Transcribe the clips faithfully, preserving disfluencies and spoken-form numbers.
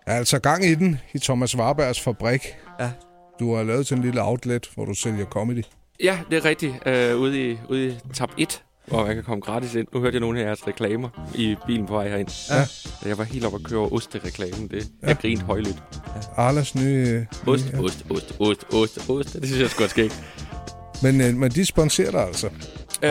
Altså gang i den i Thomas Warbergs fabrik. Ja. Du har lavet sådan en lille outlet, hvor du sælger comedy. Ja, det er rigtigt. Øh, ude, i, ude i tab et, hvor man kan komme gratis ind. Nu hørte jeg nogle af jeres reklamer i bilen på vej herind. Ja. Jeg var helt oppe at køre ostereklamen. Det, ja. Jeg grinte højlydt. Ja. Arlas nye... Ost, nye, ost, ost, ost, ost, ost. Det synes jeg sgu er skægt. Men, øh, men de sponsorer dig altså. Øh,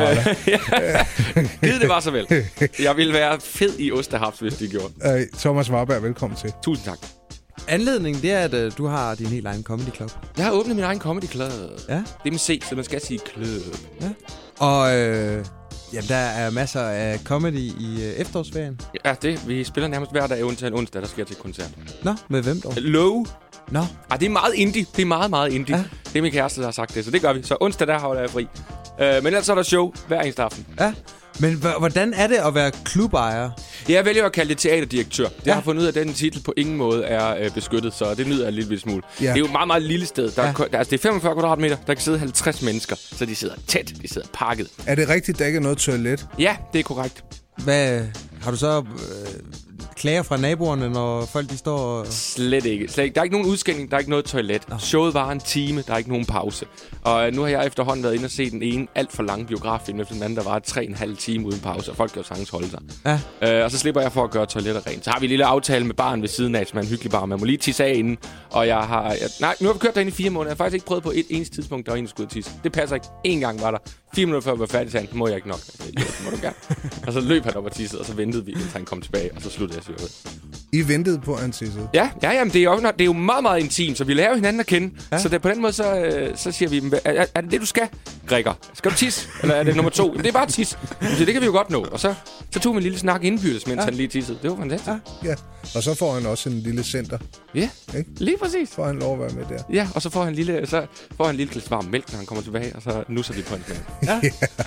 ja. Gid det var så vel. Jeg ville være fed i ostehaps, hvis de gjorde. Øh, Thomas Warberg, velkommen til. Tusind tak. Anledningen, det er, at uh, du har din helt egen comedy club. Jeg har åbnet min egen comedy club. Ja. Det er med C, så man skal sige club. Ja. Og øh, jamen, der er masser af comedy i øh, efterårsferien. Ja, det. Vi spiller nærmest hver dag, undtagen onsdag, der skal til koncert. Nå, med hvem dog? Low. Nå. Ah, det er meget indie. Det er meget, meget indie. Ja. Det er min kæreste, der har sagt det, så det gør vi. Så onsdag, der holder jeg fri. Uh, men ellers er der show hver eneste aften. Ja. Men h- hvordan er det at være klubejer? Jeg vælger at kalde det teaterdirektør. Det Ja. har fundet ud af, at den titel på ingen måde er øh, beskyttet, så det nyder jeg en lille smule. Ja. Det er jo et meget, meget lille sted. Der, Ja. er, der, altså, det er femogfyrre kvadratmeter, der kan sidde halvtreds mennesker, så de sidder tæt, de sidder pakket. Er det rigtigt, der ikke er noget toilet? Ja, det er korrekt. Hvad har du så øh, klager fra naboerne, når folk de står og... Slet ikke. Slet ikke. Der er ikke nogen udskænkning, der er ikke noget toilet. Nå. Showet var en time, der er ikke nogen pause. Og øh, nu har jeg efterhånden været inde og se den ene alt for lange biograffilm efter den anden, der var tre og en halv time uden pause, og folk kan jo sagtens holde sig. Ja. Øh, og så slipper jeg for at gøre toiletter rent. Så har vi en lille aftale med baren ved siden af, som er en hyggelig bar. Man må lige tisse af inden. Og jeg har... Jeg, nej, nu har vi kørt derinde i fire måneder. Jeg har faktisk ikke prøvet på et eneste tidspunkt, der var en, der skulle tisse. Det passer ikke. En gang var der. Fire minutter før jeg var færdig, sagde han, må jeg ikke nok. Jeg sagde, jo, det må du gerne. Og så løb han op og tissede, og så ventede vi, indtil han kom tilbage, og så sluttede jeg syret. I ventede på, at han tissede? Ja, ja, jamen, det er jo, det er jo meget, meget intimt, så vi lærer hinanden at kende. Ja. Så det, på den måde, så, øh, så siger vi, er, er det det, du skal, Gregor? Skal du tisse? Eller er det nummer to? Jamen, det er bare tis. Så det kan vi jo godt nå. Og så, så tog vi en lille snak indbyrdes, mens ja. han lige tissede. Det var fantastisk. Ja. Ja, og så får han også en lille center. Ja, ikke? Lige præcis. Får han lov at være med der. Ja, og så får han en lille, så får han en lille glas varm mælk, når han kommer tilbage, og så nusser vi på en mælk. Ja.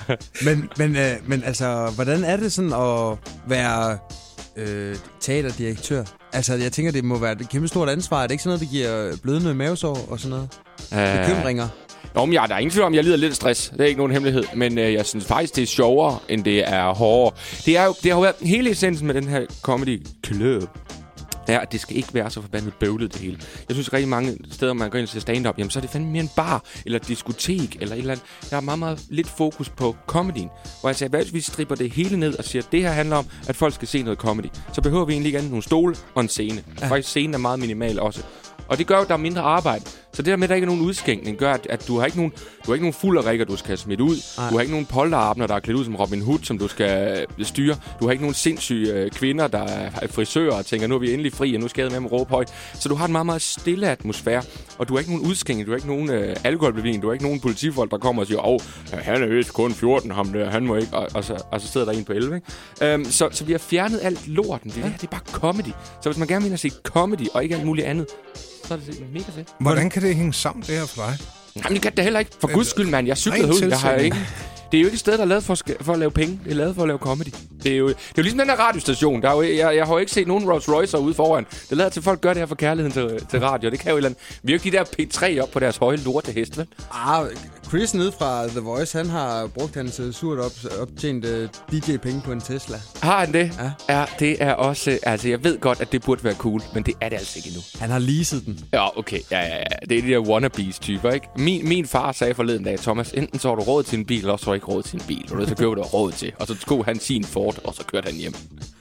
men, men, øh, men altså, hvordan er det sådan at være øh, teaterdirektør? Altså, jeg tænker, det må være et kæmpe stort ansvar. Er det ikke sådan noget, der giver blødende mavesår og sådan noget? Øh, Bekymringer? Nå, men jeg, der er ingen tvivl om, jeg lider lidt af stress. Det er ikke nogen hemmelighed. Men øh, jeg synes faktisk, det er sjovere, end det er hårdere. Det, er jo, det har jo været hele essensen med den her comedy club. Ja, det skal ikke være så forbandet bøvlet det hele. Jeg synes rigtig mange steder, man går ind og ser stand-up, jamen så er det fandme mere en bar, eller et diskotek, eller et eller andet. Jeg har meget, meget lidt fokus på comedyen, hvor jeg siger, hvad hvis vi stripper det hele ned og siger, at det her handler om, at folk skal se noget comedy. Så behøver vi egentlig ikke andet nogle stole og en scene. Ja. Faktisk scenen er meget minimal også. Og det gør jo, at der er mindre arbejde. Så det der med, at der ikke er nogen udskænkning, gør, at, at du har ikke nogen, du har ikke nogen fulderrikker, du skal smide ud. Ej. Du har ikke nogen polterabner, der er klædt ud som Robin Hood, som du skal styre. Du har ikke nogen sindssyge øh, kvinder, der er frisører og tænker, nu er vi endelig fri, og nu skal jeg med med råbe højt. Så du har en meget, meget stille atmosfære. Og du har ikke nogen udskænkning, du har ikke nogen øh, alkoholbevilling, du har ikke nogen politifolk, der kommer og siger, åh, han er vist kun fjorten, ham der, han må ikke. Og, og, så, og så sidder der en på elleve, ikke? Øhm, så, så vi har fjernet alt lorten. Det, ja. det er bare comedy. Så hvis man gerne vil at se comedy, og ikke alt muligt andet, så er det mega fedt. Hvordan kan det hænge sammen, det her for dig? Jamen, det kan det heller ikke. For guds skyld, mand. Jeg cyklede ud. Jeg har ikke... Det er jo ikke et sted, der er lavet for, for at lave penge. Det er lavet for at lave comedy. Det er jo, det er jo ligesom den her radiostation. Der er jo, jeg, jeg har jo ikke set nogen Rolls Royce'er ude foran. Det er lavet til, at folk gør det her for kærligheden til, til radio. Det kan jo et eller andet virke de der P tre op på deres høje lortehest, vel? Ah, Chris nede fra The Voice, han har brugt hans surt op, optjent uh, D J-penge på en Tesla. Har han det? Ja. Ja, det er også... Altså, jeg ved godt, at det burde være cool, men det er det altså ikke endnu. Han har leaset den. Ja, okay. Ja, ja, ja. Det er de der wannabes-typer, ikke? Min, min far sagde forleden dag, Thomas, enten så har du råd til en bil, eller så har du ikke råd til en bil. Og så køber du råd til. Og så tog han sin Ford, og så kørte han hjem.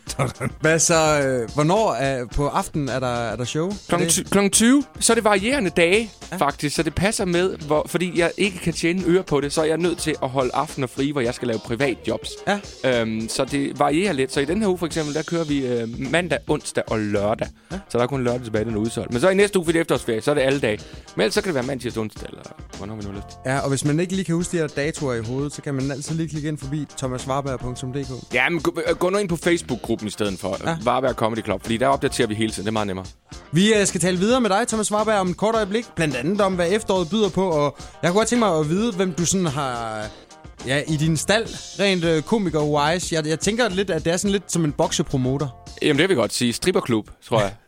Hvad så? Øh, hvornår er, på aftenen er der, er der show? klokken tyve, så er det varierende dage, ja. faktisk. Så det passer med, hvor, fordi jeg ikke kan tjene øre på det, så er jeg nødt til at holde aftener fri, hvor jeg skal lave privatjobs. Ja. Øhm, så det varierer lidt. Så i den her uge for eksempel, der kører vi øh, mandag, onsdag og lørdag. Ja. Så der er kun lørdag tilbage, den er udsolgt. Men så i næste uge, fordi efterårsferie, så er det alle dage. Men ellers så kan det være mandag, onsdag, eller hvornår vi nu lyst. Ja, og hvis man ikke lige kan huske de her datoer i hovedet, så kan man altid lige klikke ind forbi thomas warberg punktum d k. Ja, men gå, gå nu ind på Facebook-gruppen i stedet for ja. Warberg Comedy Club, fordi der opdaterer vi hele tiden. Det er meget nemmere. Vi uh, skal tale videre med dig, Thomas Warberg, om et kort øjeblik. Blandt andet om, hvad efteråret byder på. Og jeg kunne godt tænke mig at vide, hvem du sådan har... Ja, i din stald, rent uh, komiker-wise. Jeg, jeg tænker lidt, at det er sådan lidt som en boksepromoter. Jamen, det vil jeg godt sige. Stripperklub, tror jeg.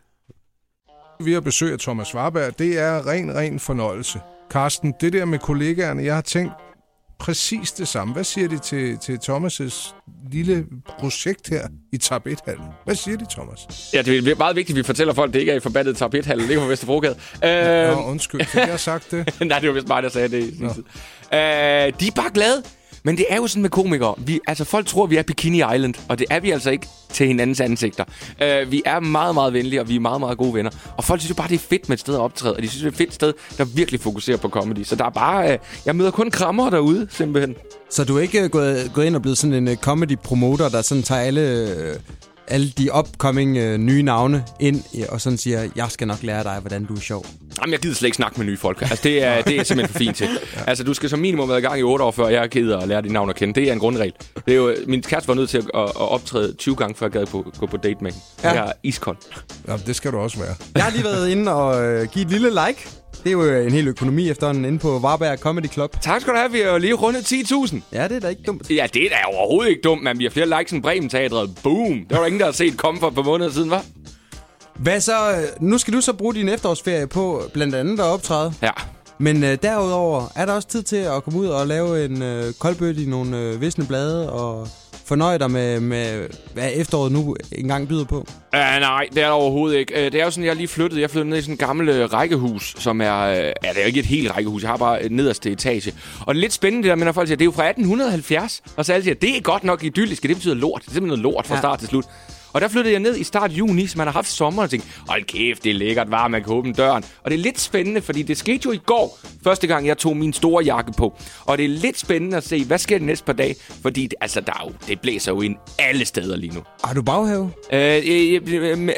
Vi har besøg af Thomas Warberg. Det er ren, ren fornøjelse. Carsten, det der med kollegaerne, jeg har tænkt præcis det samme. Hvad siger de til, til Thomas' lille projekt her i Tapethallen? Hvad siger de, Thomas? Ja, det er meget vigtigt, at vi fortæller folk, at det ikke er i forbandet Tapethallen. Det er på Vesterbrogade. Øh... Nå, undskyld. Fik jeg sagt det? Nej, det var vist mig, der sagde det i sin tid. Øh, de er bare glade. Men det er jo sådan med komikere. Vi, altså, folk tror, vi er Bikini Island, og det er vi altså ikke til hinandens ansigter. Uh, vi er meget, meget venlige, og vi er meget, meget gode venner. Og folk synes jo bare, det er fedt med et sted at optræde, og de synes, det er et fedt sted, der virkelig fokuserer på comedy. Så der er bare... Uh, jeg møder kun krammer derude, simpelthen. Så du er ikke gået, gået ind og blevet sådan en uh, comedy-promoter, der sådan tager alle... Uh alle de upcoming øh, nye navne ind og sådan siger, jeg skal nok lære dig, hvordan du er sjov? Jamen, jeg gider slet ikke snakke med nye folk. Altså, det er, det er simpelthen for fint til. Ja. Altså, du skal som minimum være i gang i otte år, før jeg gider at lære dit navn at kende. Det er en grundregel. Det er jo, min kæreste var nødt til at, at, at optræde tyve gange, før jeg gad på, gå på date med hende. Ja. Jeg er iskold. Ja, det skal du også være. Jeg har lige været inde og øh, give et lille like. Det er jo en hel økonomi efterhånden inde på Varberg Comedy Club. Tak skal du have. Vi har jo lige rundet ti tusind. Ja, det er da ikke dumt. Ja, det er da overhovedet ikke dumt, men vi har flere likes end Bremen Teatret. Boom! Det var der ingen, der har set komme for et par måneder siden, hva'? Hvad så? Nu skal du så bruge din efterårsferie på blandt andet at optræde. Ja. Men øh, derudover er der også tid til at komme ud og lave en øh, koldbøtte i nogle øh, visne blade og fornøje dig med, med, hvad efteråret nu engang byder på? Uh, nej, det er der overhovedet ikke. Uh, det er jo sådan, jeg lige flyttede. Jeg flyttede ned i sådan et gammelt uh, rækkehus, som er... Uh, ja, det er jo ikke et helt rækkehus. Jeg har bare uh, nederste etage. Og det er lidt spændende, det der med, når folk siger, det er jo fra atten halvfjerds. Og så alle siger, det er godt nok idyllisk. Det betyder lort. Det er simpelthen noget lort fra ja. start til slut. Og der flyttede jeg ned i start juni, så man har haft sommer og tænkte, hold kæft, det er lækkert varmt, man kan åbne døren. Og det er lidt spændende, fordi det skete jo i går, første gang jeg tog min store jakke på. Og det er lidt spændende at se, hvad sker det næste par dage? Fordi det, altså, der er jo, det blæser jo ind alle steder lige nu. Har du baghave? Øh, øh, øh, øh, øh,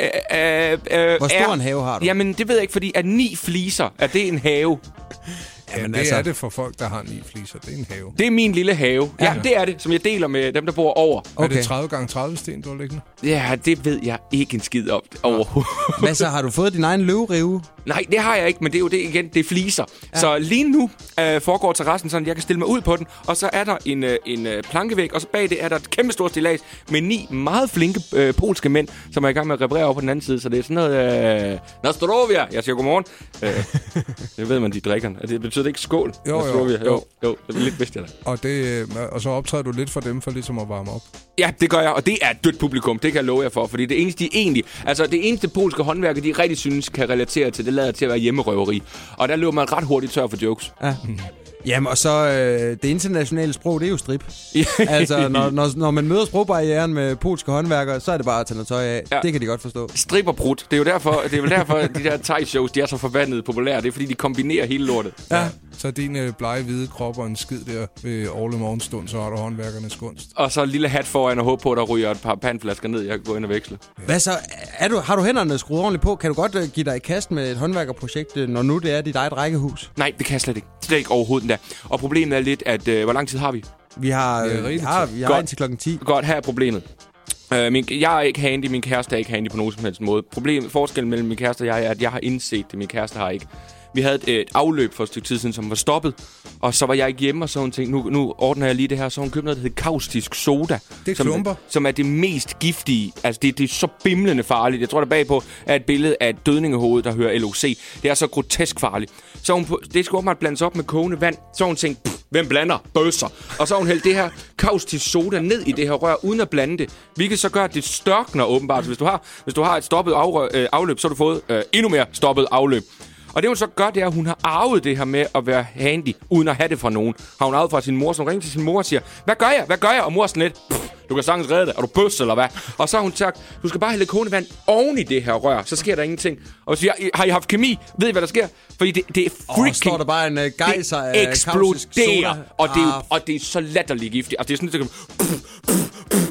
øh, Hvor stor er, en have har du? Jamen, det ved jeg ikke, fordi er ni fliser, er det en have? Jamen, det altså... er det for folk, der har ni fliser. Det er en have. Det er min lille have. Ja, ja, det er det, som jeg deler med dem, der bor over. Okay. Er det tredive gange tredive sten, du har liggende? Ja, det ved jeg ikke en skid om overhovedet. Hvad så, har du fået din egen løvrive? Nej, det har jeg ikke, men det er jo det igen, det er fliser. Ja. Så lige nu øh, foregår terrassen sådan, jeg kan stille mig ud på den, og så er der en, øh, en øh, plankevæg, og så bag det er der et kæmpe stort stillads med ni meget flinke øh, polske mænd, som er i gang med at reparere over på den anden side. Så det er sådan noget... Øh, Nostrovia! Jeg siger godmorgen. Øh, det ved man, de drikker. Det betyder det ikke skål. Jo, jo, jo. jo. Jo, det er lidt vidste jeg da. Og, det, og så optræder du lidt for dem, for ligesom at varme op. Ja, det gør jeg, og det er et dødt publikum. Det kan jeg love jer for, fordi det eneste, de egentlig... Altså, det eneste polske håndværker, de rigtig synes, kan relatere til, det lader til at være hjemmerøveri. Og der løber man ret hurtigt tør for jokes. Ja. Jamen, og så øh, det internationale sprog, det er jo strip. Altså, når, når, når man møder sprogbarrieren med polske håndværkere, så er det bare at tage noget tøj af. Ja. Det kan de godt forstå. Strip og brud. Det er jo derfor, det er vel derfor de der thai-shows, de er så forbandet populære. Det er fordi, de kombinerer hele lortet. Ja. Ja. Så din øh, blege hvide krop og en skid der ved Orle Morgenstund, så har du håndværkernes kunst. Og så en lille hat foran og håb på, at der ryger et par pandflasker ned, jeg kan gå ind og veksle. Ja. Hvad så? Er du, har du hænderne skruet ordentligt på? Kan du godt uh, give dig i kast med et håndværkerprojekt, når nu det er dit eget rækkehus? Nej, det kan jeg slet ikke. Slet ikke overhovedet der. Og problemet er lidt, at øh, hvor lang tid har vi? Vi har, øh, vi har, vi har indtil klokken ti. Godt, her er problemet. Uh, min, jeg er ikke handy, min kæreste er ikke handy på nogen som helst måde. Problemet, forskellen mellem min kæreste og jeg er, at jeg har indset det, min kæreste har ikke. Vi havde et, et afløb for et stykke tid siden, som var stoppet. Og så var jeg ikke hjemme, og så hun tænkte, nu, nu ordner jeg lige det her. Så hun købte noget, der hedder kaustisk soda. Det er som, klumper. Som er det mest giftige. Altså, det, det er så bimlende farligt. Jeg tror, der bagpå er et billede af et dødningehoved, der hører L O C. Det er så grotesk farligt. Så hun, det skulle åbenbart blandes op med kogende vand. Så hun tænkte, hvem blander? Bøsser. Og så hun hældt det her kaustisk soda ned i det her rør, uden at blande det. Hvilket så gør, at det størkner åbenbart. Så hvis du har, hvis du har et stoppet afrør, øh, afløb, så har du fået øh, endnu mere stoppet afløb. Og det hun så gør, det er, at hun har arvet det her med at være handy, uden at have det fra nogen. Har hun arvet fra sin mor, så hun ringer til sin mor og siger, hvad gør jeg? Hvad gør jeg? Og mor er sådan lidt, du kan sagtens redde det. Er du bøs eller hvad? Og så har hun sagt, du skal bare hælde kogende vand oven i det her rør, så sker der ingenting. Og så siger, har I haft kemi? Ved I, hvad der sker? Fordi det, det er freaking... Og står der bare en uh, gejser af det eksploderer, og det, er, og det er så latterligt giftigt. Altså, det er sådan, det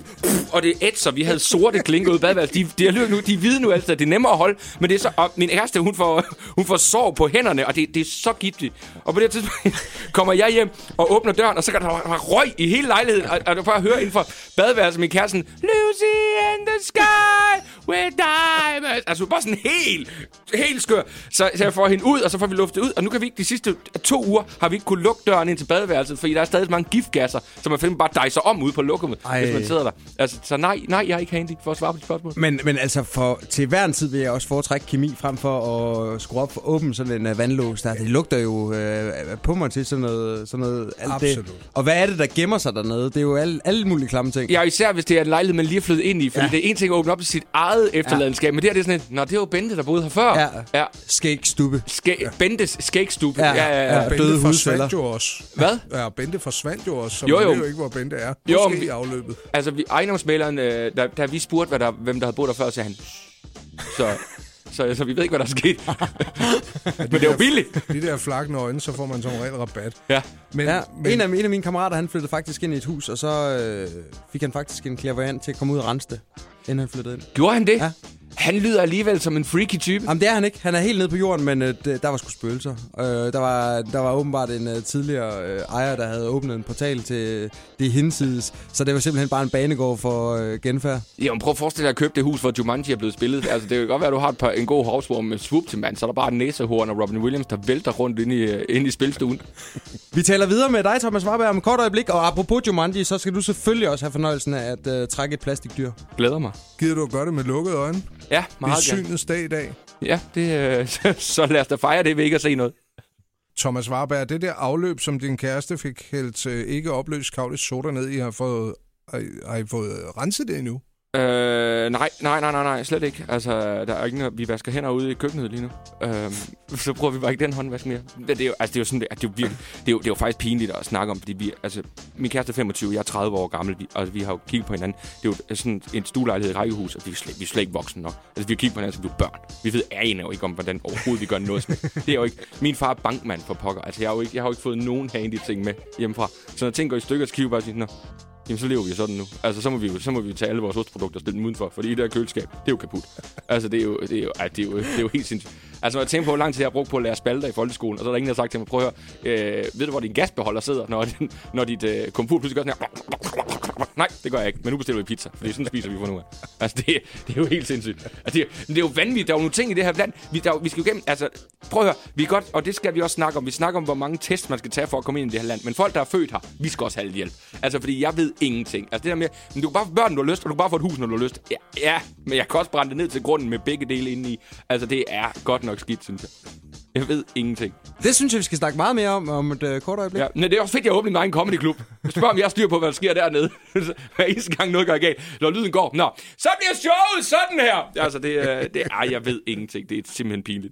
og det er ætser. Vi havde sorte klinker ud i badeværelset. De, de, er nu, de er hvide nu altid. Det er nemmere at holde. Men det er så... Og min kæreste, hun får, hun får sår på hænderne, og det, det er så giftigt. Og på det tidspunkt kommer jeg hjem og åbner døren, og så kan der være røg i hele lejligheden. Og, og du får at høre inden for badeværelset min kæreste, Lucy in the sky, With diamonds. Altså bare sådan helt, helt skør. Så, så jeg får hende ud, og så får vi luftet ud. Og nu kan vi ikke, de sidste to uger, har vi ikke kunne lukke døren ind til badeværelset, fordi der er stadig så mange giftgasser, så man finder bare dejser om ude på lukket, hvis man sidder der. Altså, så nej, nej, jeg er ikke handy for at svare på de spørgsmål. Men, men altså, for, til hver en tid vil jeg også foretrække kemi frem for at skrue op for åben sådan en uh, vandlås. Der, det lugter jo øh, på mig til sådan noget, sådan noget alt Absolut. Det. Og hvad er det, der gemmer sig dernede? Det er jo alle, alle mulige klamme ting. Ja, især hvis det er en lejlighed, man lige er flyttet ind i, fordi ja. det er en ting at åbne op til sit eget efterladenskab, ja. men det her det er sådan et, nå, det er jo Bente, der boede her før. Ja. ja. Skægstube. Skæg, ja. Bentes skægstube. Ja, ja, ja. ja. Bente Døde forsvandt jo også. Hvad? Ja, Bente forsvandt jo også, så jo, jo. man ved jo ikke, hvor Bente er. Måske jo, vi, i afløbet. Altså, vi, ejendomsmæleren, øh, da, da vi spurgte, hvad der, hvem der havde boet der før, sagde han, så... Så, så vi ved ikke, hvad der er sket. Men det er jo billigt. De der flakkende øjne, så får man som regel rabat. Ja. Men, ja, men en, af, en af mine kammerater, han flyttede faktisk ind i et hus, og så øh, fik han faktisk en clairvoyant til at komme ud og rense det, inden han flyttede ind. Gjorde han det? Ja. Han lyder alligevel som en freaky type. Jamen, det er han ikke. Han er helt nede på jorden, men øh, der var sgu spøgelser. Øh, der, var, der var åbenbart en øh, tidligere øh, ejer, der havde åbnet en portal til det hinsides. Så det var simpelthen bare en banegård for øh, genfærd. Jamen, prøv at forestille dig at købe det hus, hvor Jumanji er blevet spillet. Altså, det kan godt være, at du har et par, en god hovsvorm med swoop til mand, så er der bare en næsehorn og Robin Williams, der vælter rundt ind i, ind i spilstuen. Vi taler videre med dig, Thomas Warberg, om et kort øjeblik. Og apropos Jumanji, så skal du selvfølgelig også have fornøjelsen af at øh, trække et plastikdyr. Glæder mig. Gider du at gøre det med lukkede øjne? Ja, meget gerne. Synets dag i dag. Ja, det, øh, så, så lad os da fejre det ved ikke at se noget. Thomas Warberg, det der afløb, som din kæreste fik hældt øh, ikke opløst kavlig soda ned i, har, fået, har, har I fået renset det endnu? Øh, nej, nej, nej, nej, nej, slet ikke. Altså, der er ikke noget, vi vasker hænder ude i køkkenet lige nu. Øh, så bruger vi bare ikke den håndvask mere. Det er jo, altså, det er jo sådan, det, det, er jo virkelig, det, er jo, det er jo faktisk pinligt at snakke om, fordi vi, altså, min kæreste er femogtyve, jeg er tredive år gammel, vi, altså, vi har jo kigget på hinanden. Det er jo sådan en stuelejlighed i rækkehus, og vi er slet, vi er slet ikke voksne nok. Altså, vi har kigget på hinanden, som vi er børn. Vi ved aner jo ikke om, hvordan overhovedet vi gør noget med. Det er jo ikke, min far er bankmand for pokker. Altså, jeg har jo ikke, jeg har jo ikke fået nogen handy ting med hjemmefra. Så når ting går i stykker, så kigger vi bare og siger, nå, jamen, så lever vi sådan nu. Altså, så må vi jo, så må vi tage alle vores ostprodukter og stille dem udenfor, fordi det der køleskab, det er jo kaput. Altså, det er jo, det er jo, ej, det er jo, det er jo helt sindssygt. Altså, når jeg tænker på, hvor lang tid jeg har brugt på at lære spalter i folkeskolen, og så er der ingen, der har sagt til mig, prøv at høre, øh, ved du, hvor din gasbeholder sidder, når, din, når dit øh, komfur pludselig gør sådan her? Nej, det gør jeg ikke, men nu bestiller vi pizza, fordi sådan spiser vi for nu af. Altså, det, det er jo helt sindssygt. Altså, det, det er jo vanvittigt. Der er jo nogle ting i det her land. Vi, der, vi skal jo gennem, altså, prøv at høre, vi er godt, og det skal vi også snakke om. Vi snakker om, hvor mange tests man skal tage for at komme ind i det her land. Men folk, der er født her, vi skal også have lidt hjælp. Altså, fordi jeg ved ingenting. Altså, det der med, men du kan bare få børn, når du har lyst, og du kan bare få et hus, når du har lyst. Ja, ja, men jeg kan også brænde det ned til grunden med begge dele inde i. Altså, det er godt nok skidt, synes jeg. Jeg ved ingenting. Det synes jeg, vi skal snakke meget mere om om et uh, kort øjeblik. Ja, men det er også fedt, at jeg åbner min egen comedyklub. Spørg, om jeg har styr på, hvad der sker dernede. Hver eneste gang noget går galt, når lyden går. Nå, så bliver showet sådan her. Altså, det, det er, jeg ved ingenting. Det er simpelthen pinligt.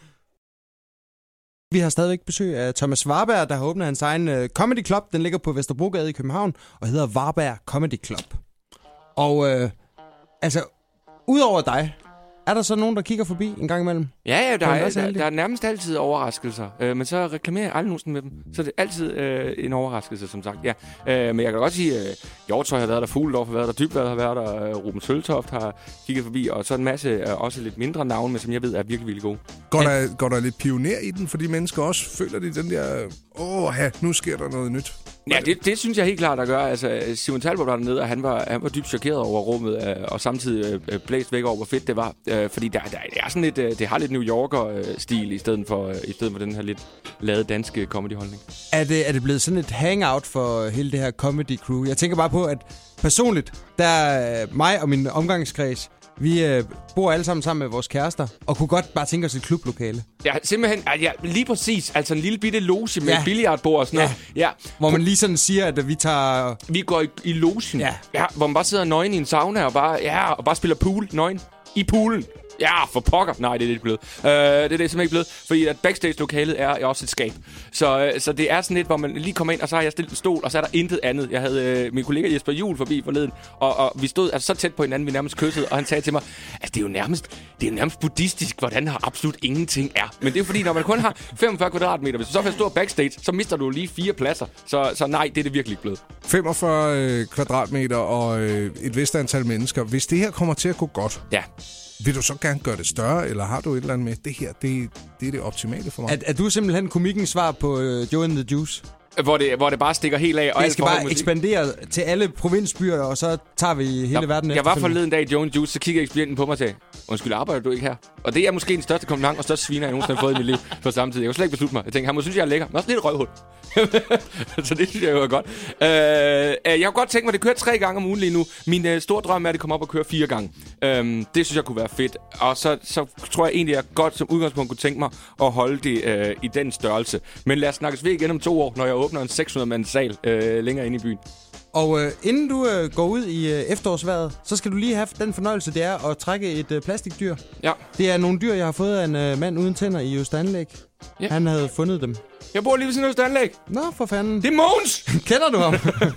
Vi har stadigvæk besøg af Thomas Warberg, der har åbnet hans egen uh, comedy club. Den ligger på Vesterbrogade i København og hedder Warberg Comedy Club. Og uh, altså, udover dig, er der så nogen, der kigger forbi en gang imellem? Ja, ja, der, er, der, der er nærmest altid overraskelser. Øh, men så reklamerer jeg aldrig nogensinde med dem. Så det er altid øh, en overraskelse, som sagt. Ja. Øh, men jeg kan godt sige, at øh, Hjortøj har været der, Fugledorf har været der, Dybvad har været der, øh, Ruben Søltoft har kigget forbi, og så en masse øh, også lidt mindre navne, men som jeg ved er virkelig, virkelig gode. Går der, går der lidt pioner i den, fordi mennesker også føler de den der, åh, ja, nu sker der noget nyt? Ja, det, det synes jeg helt klart, der gør. Altså, Simon Talbot var dernede, og han var, han var dybt chokeret over rummet, øh, og samtidig øh, blæst væk over, hvor fedt det var. Øh, fordi der, der er sådan lidt, øh, det har lidt New Yorker-stil, i stedet for, øh, i stedet for den her lidt lade danske comedy-holdning. Er det, er det blevet sådan et hangout for hele det her comedy-crew? Jeg tænker bare på, at personligt, der er mig og min omgangskreds, vi øh, bor alle sammen sammen med vores kærester, og kunne godt bare tænke os et klublokale. Ja, simpelthen, ja, lige præcis. Altså en lille bitte loge med ja. et billiardbord og sådan ja. noget. Ja. Hvor man lige sådan siger, at vi tager... Vi går i, i logen, ja. Ja, hvor man bare sidder nøgen i en sauna og bare, ja, og bare spiller pool nøgen i poolen. Ja, for pokker. Nej, det er det ikke blevet. Uh, det er det simpelthen ikke blevet, fordi at backstage-lokalet er også et skab. Så, uh, så det er sådan lidt, hvor man lige kommer ind, og så har jeg stillet en stol, og så er der intet andet. Jeg havde uh, min kollega Jesper Juhl forbi forleden, og, og vi stod altså så tæt på hinanden, vi nærmest kyssede, og han sagde til mig, altså det er jo nærmest, det er jo nærmest buddhistisk, hvordan her absolut ingenting er. Men det er fordi, når man kun har femogfyrre kvadratmeter, hvis du så vil stå backstage, så mister du lige fire pladser. Så, så nej, det er det virkelig ikke blevet. femogfyrre kvadratmeter og øh, et vist antal mennesker. Hvis det her kommer til at gå godt, ja. vil du så gerne gøre det større, eller har du et eller andet med, det her, det, det er det optimale for mig? Er, er du simpelthen komikkens svar på uh, Joe and the Juice? Hvor det, hvor det bare stikker helt af. Og det skal bare ekspandere til alle provinsbyer, og så tager vi hele jeg, verden Jeg var forleden dag i Joe and Juice, så kiggede ekspedienten på mig og sagde, undskyld, arbejder du ikke her? Og det er måske den største kompliment og største sviner, jeg nogensinde har fået i mit liv på samme tid. Jeg kunne slet ikke beslutte mig. Jeg tænkte, han må synes, jeg er lækker, men også lidt røvhul. Så det synes jeg jo er godt. Øh, jeg har godt tænkt mig, at det kører tre gange om ugen lige nu. Min øh, store drøm er, at det kommer op og kører fire gange. Øh, det synes jeg kunne være fedt. Og så, så tror jeg egentlig, at jeg godt som udgangspunkt kunne tænke mig at holde det øh, i den størrelse. Men lad os snakkes ved igen om to år, når jeg åbner en seks hundrede mands sal øh, længere inde i byen. Og øh, inden du øh, går ud i øh, efterårsvejret, så skal du lige have den fornøjelse, det er at trække et øh, plastikdyr. Ja. Det er nogle dyr, jeg har fået af en øh, mand uden tænder i Østanlæg. Ja. Han havde fundet dem. Jeg bor lige ved siden af Østanlæg. Nå, for fanden. Det er Mogens! Kender du ham?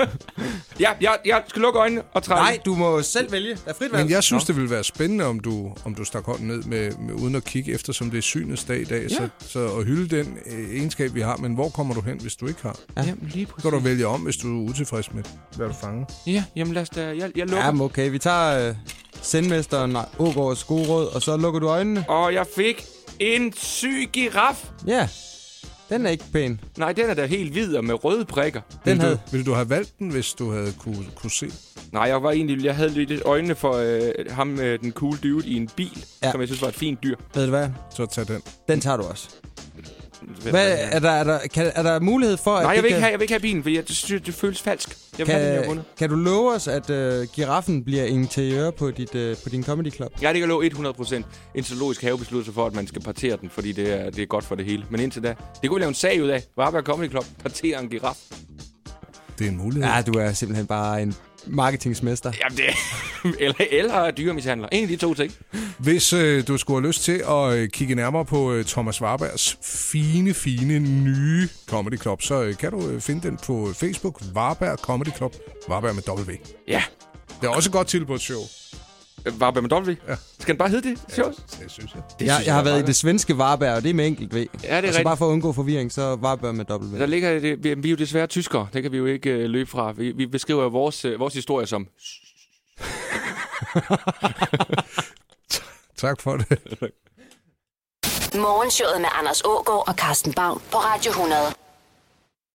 ja, jeg, jeg skal lukke øjnene og trække. Nej, du må selv vælge. Der er frit valg. Men jeg synes, Nå. det ville være spændende, om du, om du stak hånden ned med, med, uden at kigge efter, som det er synets dag i dag. Ja. Så, så at hylde den øh, egenskab, vi har. Men hvor kommer du hen, hvis du ikke har? Ja, jamen, lige præcis. Så kan du vælge om, hvis du er utilfreds med, hvad du fanger. Ja, jamen lad os da. Jeg, jeg lukker. Jamen okay, vi tager øh, sendmesteren Ågaards gode råd, og så lukker du øjnene. Og jeg fik en syg giraf. Ja, den er ikke pæn. Nej, den er da helt hvid og med røde prikker. Den Vil, havde... du, ville du have valgt den, hvis du havde kunne, kunne se? Nej, jeg var egentlig, jeg havde lidt øjnene for øh, ham, øh, den cool dude i en bil, ja. som jeg synes var et fint dyr. Ved du hvad? Så tag den. Den tager du også. Hvad, er, der, er, der, kan, er der mulighed for, at Nej, jeg vil, kan... ikke have, jeg vil ikke have bilen, for jeg, det, det, det føles falsk. Jeg vil kan, have den, jeg kan du love os, at uh, giraffen bliver interiør på, dit, uh, på din comedy club? Ja, det kan love hundrede procent. En zoologisk have beslutter sig for, at man skal partere den, fordi det er, det er godt for det hele. Men indtil da, det kunne vi lave en sag ud af. Varberg Comedy Club parterer en giraf. Det er en mulighed. Ja, du er simpelthen bare en marketingsmester. Jamen det eller, eller dyremishandler. En af de to ting. Hvis øh, du skulle have lyst til at øh, kigge nærmere på øh, Thomas Warbergs fine, fine, nye Comedy Club, så øh, kan du øh, finde den på Facebook. Warberg Comedy Club. Warberg med W. Ja. Det er også godt til på et show. Varberg med W? Ja. Skal den bare hedde det? Ja, det synes jeg. Det jeg, synes jeg har jeg været i det svenske Varberg, og det er med enkelt V. Ja, det er altså rigtigt. bare for at undgå forvirring, så Varberg med W. Der ligger det, vi, vi er jo desværre tyskere. Det kan vi jo ikke øh, løbe fra. Vi, vi beskriver vores, øh, vores historie som... Tak for det. Morgenshowet med Anders Ågaard og Carsten Baum på Radio hundrede.